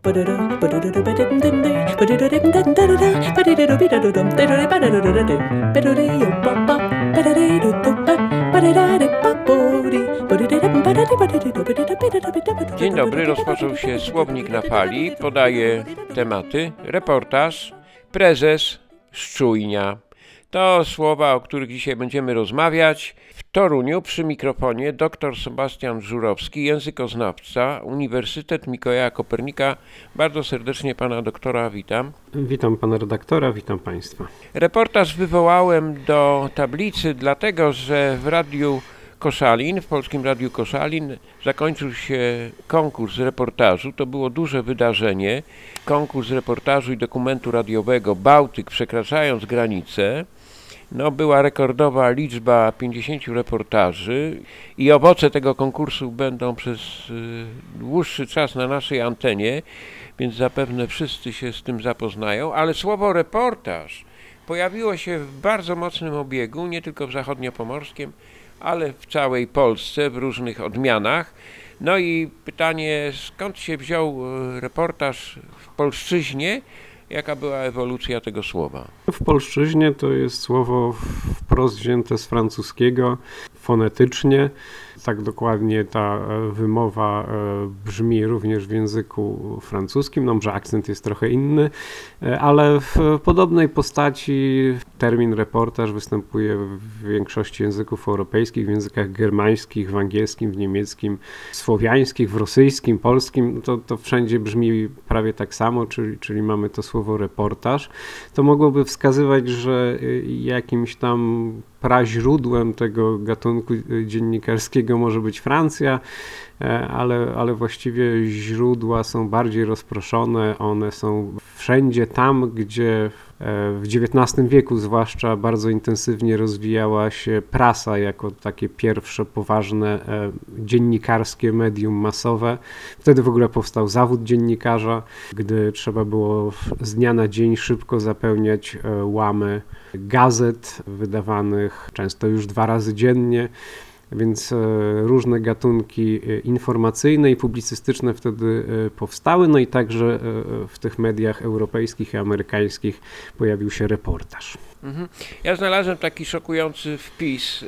Dzień dobry, rozpoczął się Słownik na fali, podaje tematy, reportaż, prezes Szczujnia. To słowa, o których dzisiaj będziemy rozmawiać. W Toruniu przy mikrofonie dr Sebastian Żurowski, językoznawca, Uniwersytet Mikołaja Kopernika. Bardzo serdecznie pana doktora witam. Witam pana redaktora, witam państwa. Reportaż wywołałem do tablicy dlatego, że w Radiu Koszalin, w Polskim Radiu Koszalin zakończył się konkurs reportażu. To było duże wydarzenie. Konkurs reportażu i dokumentu radiowego Bałtyk przekraczając granicę. Była rekordowa liczba 50 reportaży i owoce tego konkursu będą przez dłuższy czas na naszej antenie, więc zapewne wszyscy się z tym zapoznają, ale słowo reportaż pojawiło się w bardzo mocnym obiegu, nie tylko w zachodniopomorskim, ale w całej Polsce, w różnych odmianach. No i pytanie, skąd się wziął reportaż w polszczyźnie? Jaka była ewolucja tego słowa? W polszczyźnie to jest słowo wprost wzięte z francuskiego, fonetycznie. Tak dokładnie ta wymowa brzmi również w języku francuskim, może akcent jest trochę inny, ale w podobnej postaci termin reportaż występuje w większości języków europejskich, w językach germańskich, w angielskim, w niemieckim, słowiańskich, w rosyjskim, polskim. To wszędzie brzmi prawie tak samo, czyli mamy to słowo reportaż. To mogłoby wskazywać, że jakimś tam praźródłem tego gatunku dziennikarskiego może być Francja, ale właściwie źródła są bardziej rozproszone. One są wszędzie tam, gdzie w XIX wieku zwłaszcza bardzo intensywnie rozwijała się prasa jako takie pierwsze poważne dziennikarskie medium masowe. Wtedy w ogóle powstał zawód dziennikarza, gdy trzeba było z dnia na dzień szybko zapełniać łamy gazet wydawanych często już 2 razy dziennie. Więc różne gatunki informacyjne i publicystyczne wtedy powstały, i także w tych mediach europejskich i amerykańskich pojawił się reportaż. Ja znalazłem taki szokujący wpis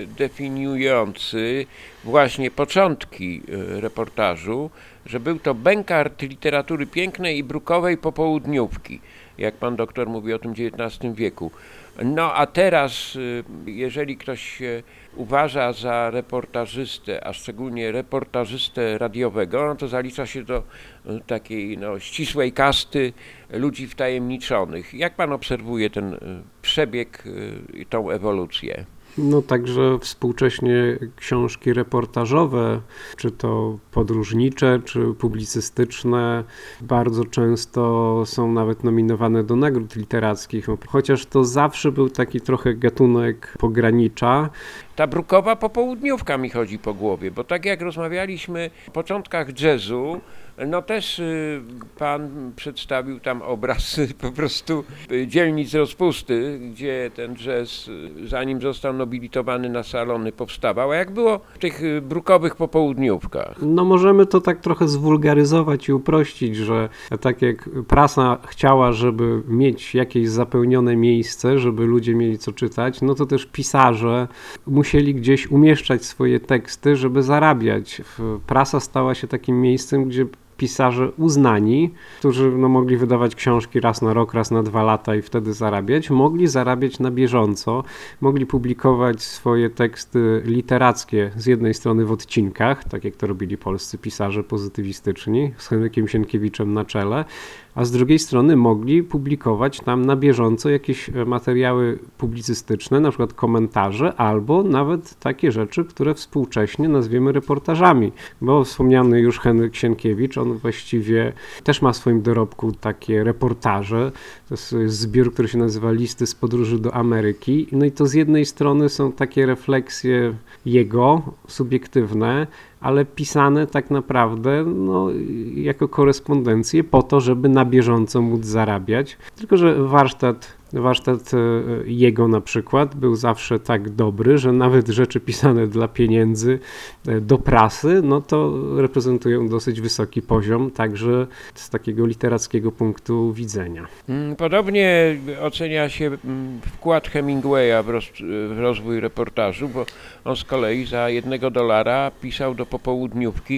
definiujący właśnie początki reportażu, że był to bękart literatury pięknej i brukowej popołudniówki, jak pan doktor mówi o tym XIX wieku. A teraz, jeżeli ktoś się uważa za reportażystę, a szczególnie reportażystę radiowego, to zalicza się do takiej ścisłej kasty ludzi wtajemniczonych. Jak pan obserwuje ten przebieg i tą ewolucję? Także współcześnie książki reportażowe, czy to podróżnicze, czy publicystyczne, bardzo często są nawet nominowane do nagród literackich, chociaż to zawsze był taki trochę gatunek pogranicza. Ta brukowa popołudniówka mi chodzi po głowie, bo tak jak rozmawialiśmy o początkach jazzu, też pan przedstawił tam obraz po prostu dzielnic rozpusty, gdzie ten jazz, zanim został nobilitowany na salony, powstawał. A jak było w tych brukowych popołudniówkach? Możemy to tak trochę zwulgaryzować i uprościć, że tak jak prasa chciała, żeby mieć jakieś zapełnione miejsce, żeby ludzie mieli co czytać, to też pisarze musieli gdzieś umieszczać swoje teksty, żeby zarabiać. Prasa stała się takim miejscem, gdzie pisarze uznani, którzy mogli wydawać książki raz na rok, raz na 2 lata i wtedy zarabiać, mogli zarabiać na bieżąco, mogli publikować swoje teksty literackie z jednej strony w odcinkach, tak jak to robili polscy pisarze pozytywistyczni, z Henrykiem Sienkiewiczem na czele, a z drugiej strony mogli publikować tam na bieżąco jakieś materiały publicystyczne, na przykład komentarze, albo nawet takie rzeczy, które współcześnie nazwiemy reportażami, bo wspomniany już Henryk Sienkiewicz, on właściwie też ma w swoim dorobku takie reportaże. To jest zbiór, który się nazywa Listy z podróży do Ameryki. I to z jednej strony są takie refleksje jego, subiektywne, ale pisane tak naprawdę jako korespondencje po to, żeby na bieżąco móc zarabiać. Tylko że warsztat Warsztat jego na przykład był zawsze tak dobry, że nawet rzeczy pisane dla pieniędzy do prasy, no to reprezentują dosyć wysoki poziom, także z takiego literackiego punktu widzenia. Podobnie ocenia się wkład Hemingwaya w rozwój reportażu, bo on z kolei za $1 pisał do popołudniówki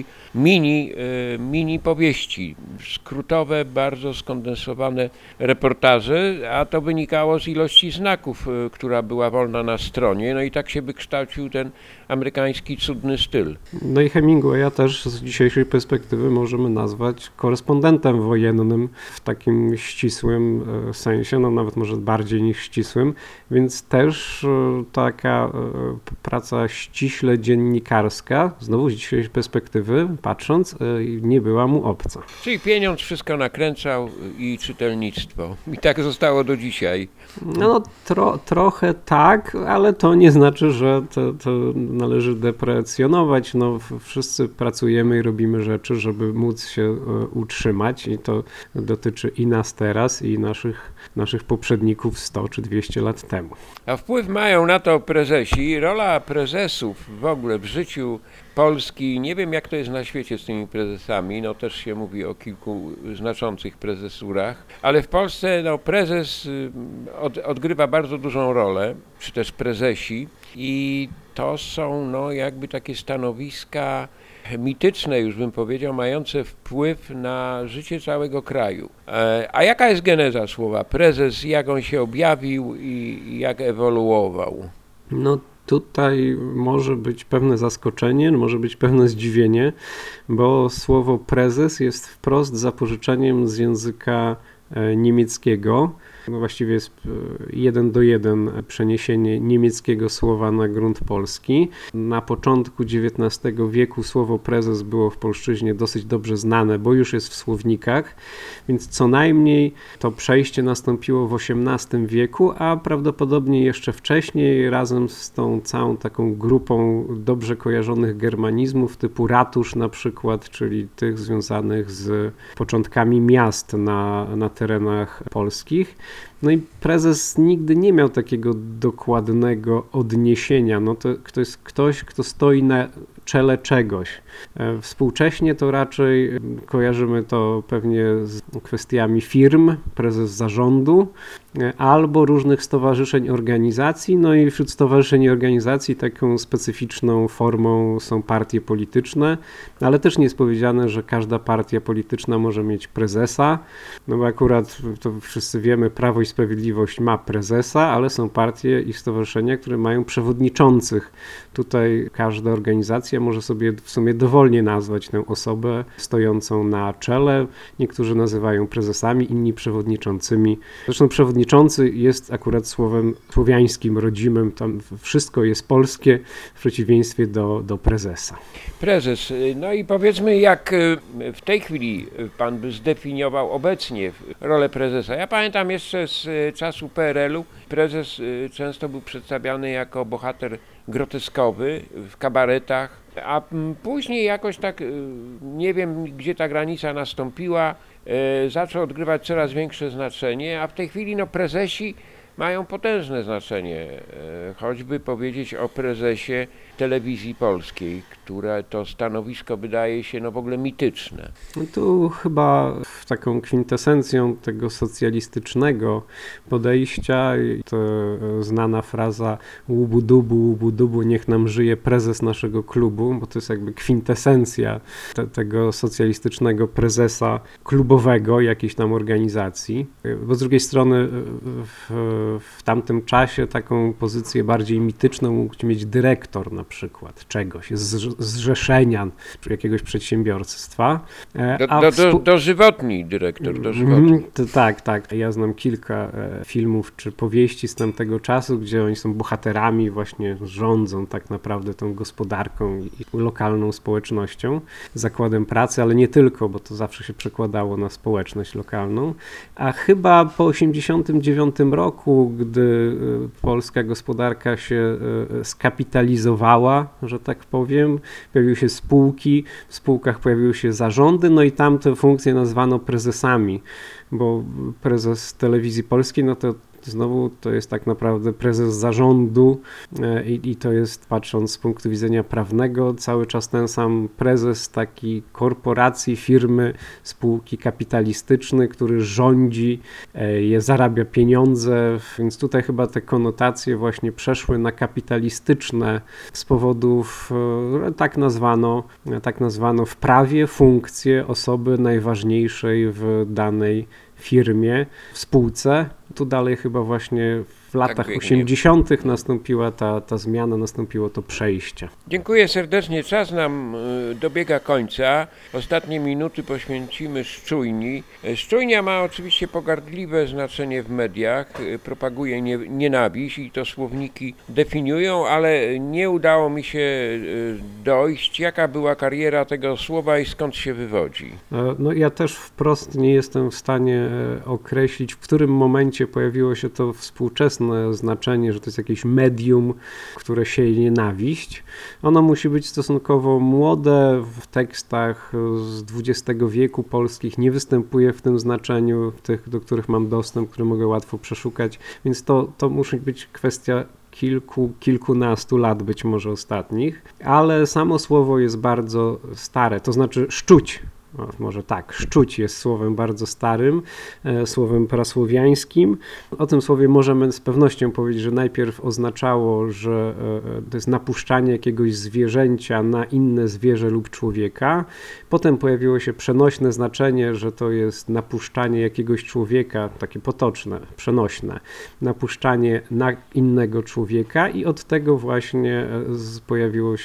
mini powieści, skrótowe, bardzo skondensowane reportaże, a to wynikało z ilości znaków, która była wolna na stronie, no i tak się wykształcił ten amerykański cudny styl. No i Hemingwaya też z dzisiejszej perspektywy możemy nazwać korespondentem wojennym w takim ścisłym sensie, no nawet może bardziej niż ścisłym, więc też taka praca ściśle dziennikarska, znowu z dzisiejszej perspektywy patrząc, nie była mu obca. Czyli pieniądz wszystko nakręcał i czytelnictwo. I tak zostało do dzisiaj. No trochę tak, ale to nie znaczy, że to należy deprecjonować. No, wszyscy pracujemy i robimy rzeczy, żeby móc się utrzymać i to dotyczy i nas teraz, i naszych poprzedników 100 czy 200 lat temu. A wpływ mają na to prezesi. Rola prezesów w ogóle w życiu Polski, nie wiem jak to jest na świecie z tymi prezesami, no też się mówi o kilku znaczących prezesurach, ale w Polsce no, prezes odgrywa bardzo dużą rolę, czy też prezesi i to są no, jakby takie stanowiska mityczne, już bym powiedział, mające wpływ na życie całego kraju. A jaka jest geneza słowa prezes, jak on się objawił i jak ewoluował? No tutaj może być pewne zaskoczenie, może być pewne zdziwienie, bo słowo prezes jest wprost zapożyczeniem z języka niemieckiego. No właściwie jest 1:1 przeniesienie niemieckiego słowa na grunt polski. Na początku XIX wieku słowo prezes było w polszczyźnie dosyć dobrze znane, bo już jest w słownikach, więc co najmniej to przejście nastąpiło w XVIII wieku, a prawdopodobnie jeszcze wcześniej razem z tą całą taką grupą dobrze kojarzonych germanizmów typu ratusz na przykład, czyli tych związanych z początkami miast na terenach polskich. No i prezes nigdy nie miał takiego dokładnego odniesienia. No to jest ktoś, kto stoi na czele czegoś. Współcześnie to raczej kojarzymy to pewnie z kwestiami firm, prezes zarządu albo różnych stowarzyszeń, organizacji. No i wśród stowarzyszeń i organizacji taką specyficzną formą są partie polityczne, ale też nie jest powiedziane, że każda partia polityczna może mieć prezesa, no bo akurat to wszyscy wiemy, Prawo i Sprawiedliwość ma prezesa, ale są partie i stowarzyszenia, które mają przewodniczących. Tutaj każda organizacja może sobie w sumie dowolnie nazwać tę osobę stojącą na czele. Niektórzy nazywają prezesami, inni przewodniczącymi. Zresztą przewodniczący jest akurat słowem słowiańskim, rodzimym, tam wszystko jest polskie w przeciwieństwie do prezesa. Prezes, no i powiedzmy jak w tej chwili pan by zdefiniował obecnie rolę prezesa. Ja pamiętam jeszcze z czasu PRL-u, prezes często był przedstawiany jako bohater groteskowy w kabaretach, a później jakoś tak, nie wiem gdzie ta granica nastąpiła, zaczął odgrywać coraz większe znaczenie, a w tej chwili no prezesi mają potężne znaczenie, choćby powiedzieć o prezesie Telewizji Polskiej, które to stanowisko wydaje się no w ogóle mityczne. No tu chyba taką kwintesencją tego socjalistycznego podejścia to znana fraza łubu-dubu, niech nam żyje prezes naszego klubu, bo to jest jakby kwintesencja tego socjalistycznego prezesa klubowego jakiejś tam organizacji. Bo z drugiej strony w tamtym czasie taką pozycję bardziej mityczną mógł mieć dyrektor na przykład czegoś, zrzeszenia czy jakiegoś przedsiębiorstwa. Dożywotni dyrektor, dożywotni. Tak. Ja znam kilka filmów czy powieści z tamtego czasu, gdzie oni są bohaterami, właśnie rządzą tak naprawdę tą gospodarką i lokalną społecznością, zakładem pracy, ale nie tylko, bo to zawsze się przekładało na społeczność lokalną. A chyba po 1989 roku, gdy polska gospodarka się skapitalizowała, że tak powiem, pojawiły się spółki, w spółkach pojawiły się zarządy, no i tam te funkcje nazwano prezesami, bo prezes Telewizji Polskiej, no to Znowu to jest tak naprawdę prezes zarządu i to jest, patrząc z punktu widzenia prawnego, cały czas ten sam prezes takiej korporacji, firmy, spółki kapitalistycznej, który rządzi, zarabia pieniądze, więc tutaj chyba te konotacje właśnie przeszły na kapitalistyczne z powodów, tak nazwano w prawie funkcję osoby najważniejszej w danej firmie, w spółce. Tu dalej chyba właśnie w latach 80. nastąpiła ta zmiana, nastąpiło to przejście. Dziękuję serdecznie. Czas nam dobiega końca. Ostatnie minuty poświęcimy Szczujni. Szczujnia ma oczywiście pogardliwe znaczenie w mediach, propaguje nienawiść i to słowniki definiują, ale nie udało mi się dojść, jaka była kariera tego słowa i skąd się wywodzi. No ja też wprost nie jestem w stanie określić, w którym momencie pojawiło się to współczesne znaczenie, że to jest jakieś medium, które sieje nienawiść. Ono musi być stosunkowo młode, w tekstach z XX wieku polskich nie występuje w tym znaczeniu, tych, do których mam dostęp, które mogę łatwo przeszukać, więc to musi być kwestia kilkunastu lat być może ostatnich, ale samo słowo jest bardzo stare, to znaczy szczuć. Może tak, szczuć jest słowem bardzo starym, słowem prasłowiańskim. O tym słowie możemy z pewnością powiedzieć, że najpierw oznaczało, że to jest napuszczanie jakiegoś zwierzęcia na inne zwierzę lub człowieka. Potem pojawiło się przenośne znaczenie, że to jest napuszczanie jakiegoś człowieka, takie potoczne, przenośne, napuszczanie na innego człowieka i od tego właśnie pojawiło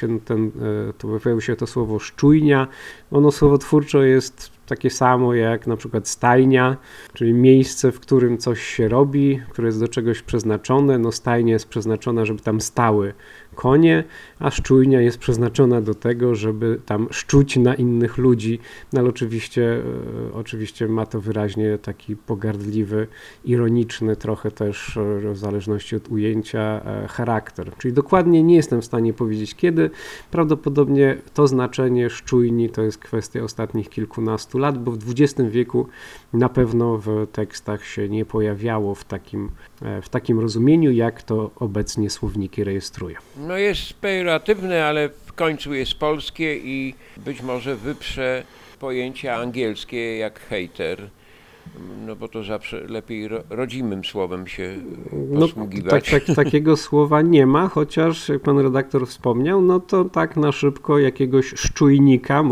się to słowo szczujnia. Ono słowotwórczo jest takie samo jak na przykład stajnia, czyli miejsce, w którym coś się robi, które jest do czegoś przeznaczone. No stajnia jest przeznaczona, żeby tam stały konie, a szczujnia jest przeznaczona do tego, żeby tam szczuć na innych ludzi. No ale oczywiście ma to wyraźnie taki pogardliwy, ironiczny trochę też w zależności od ujęcia charakter. Czyli dokładnie nie jestem w stanie powiedzieć kiedy. Prawdopodobnie to znaczenie szczujni to jest kwestia ostatnich kilkunastu lat, bo w XX wieku na pewno w tekstach się nie pojawiało w takim rozumieniu, jak to obecnie słowniki rejestrują. No jest pejoratywne, ale w końcu jest polskie i być może wyprze pojęcia angielskie jak hejter. No bo to zawsze lepiej rodzimym słowem się posługiwać. Takiego słowa nie ma, chociaż jak pan redaktor wspomniał, no to tak na szybko jakiegoś szczujnika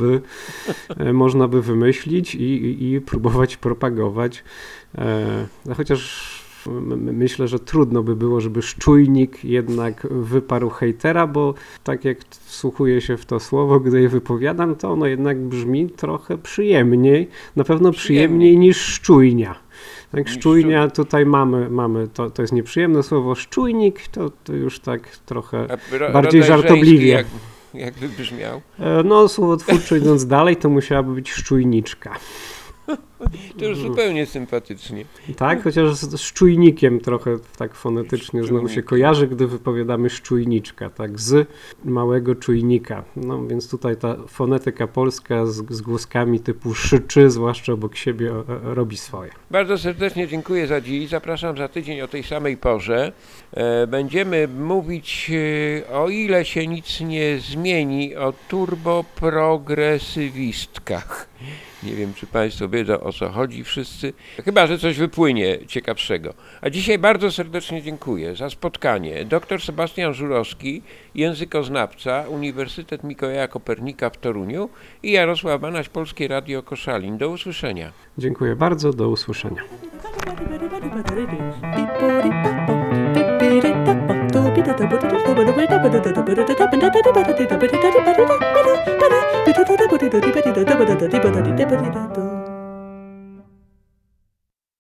można by wymyślić i próbować propagować. Chociaż myślę, że trudno by było, żeby szczujnik jednak wyparł hejtera, bo tak jak wsłuchuję się w to słowo, gdy je wypowiadam, to ono jednak brzmi trochę przyjemniej, na pewno przyjemniej niż szczujnia. Tak, szczujnia tutaj mamy to jest nieprzyjemne słowo, szczujnik to już tak trochę bardziej żartobliwie. Jak by brzmiał? No słowotwórczo idąc dalej, to musiałaby być szczujniczka. To już zupełnie sympatycznie. Tak, chociaż z czujnikiem trochę tak fonetycznie znowu się kojarzy, gdy wypowiadamy szczujniczka, tak, z małego czujnika. No więc tutaj ta fonetyka polska z głoskami typu szyczy, zwłaszcza obok siebie, robi swoje. Bardzo serdecznie dziękuję za dziś. Zapraszam za tydzień o tej samej porze. Będziemy mówić, o ile się nic nie zmieni, o turboprogresywistkach. Nie wiem, czy Państwo wiedzą, o co chodzi wszyscy, chyba że coś wypłynie ciekawszego. A dzisiaj bardzo serdecznie dziękuję za spotkanie. Dr Sebastian Żurowski, językoznawca, Uniwersytet Mikołaja Kopernika w Toruniu i Jarosław Banaś, Polskie Radio Koszalin. Do usłyszenia. Dziękuję bardzo, do usłyszenia. Da da da da da da da da da da da da da da da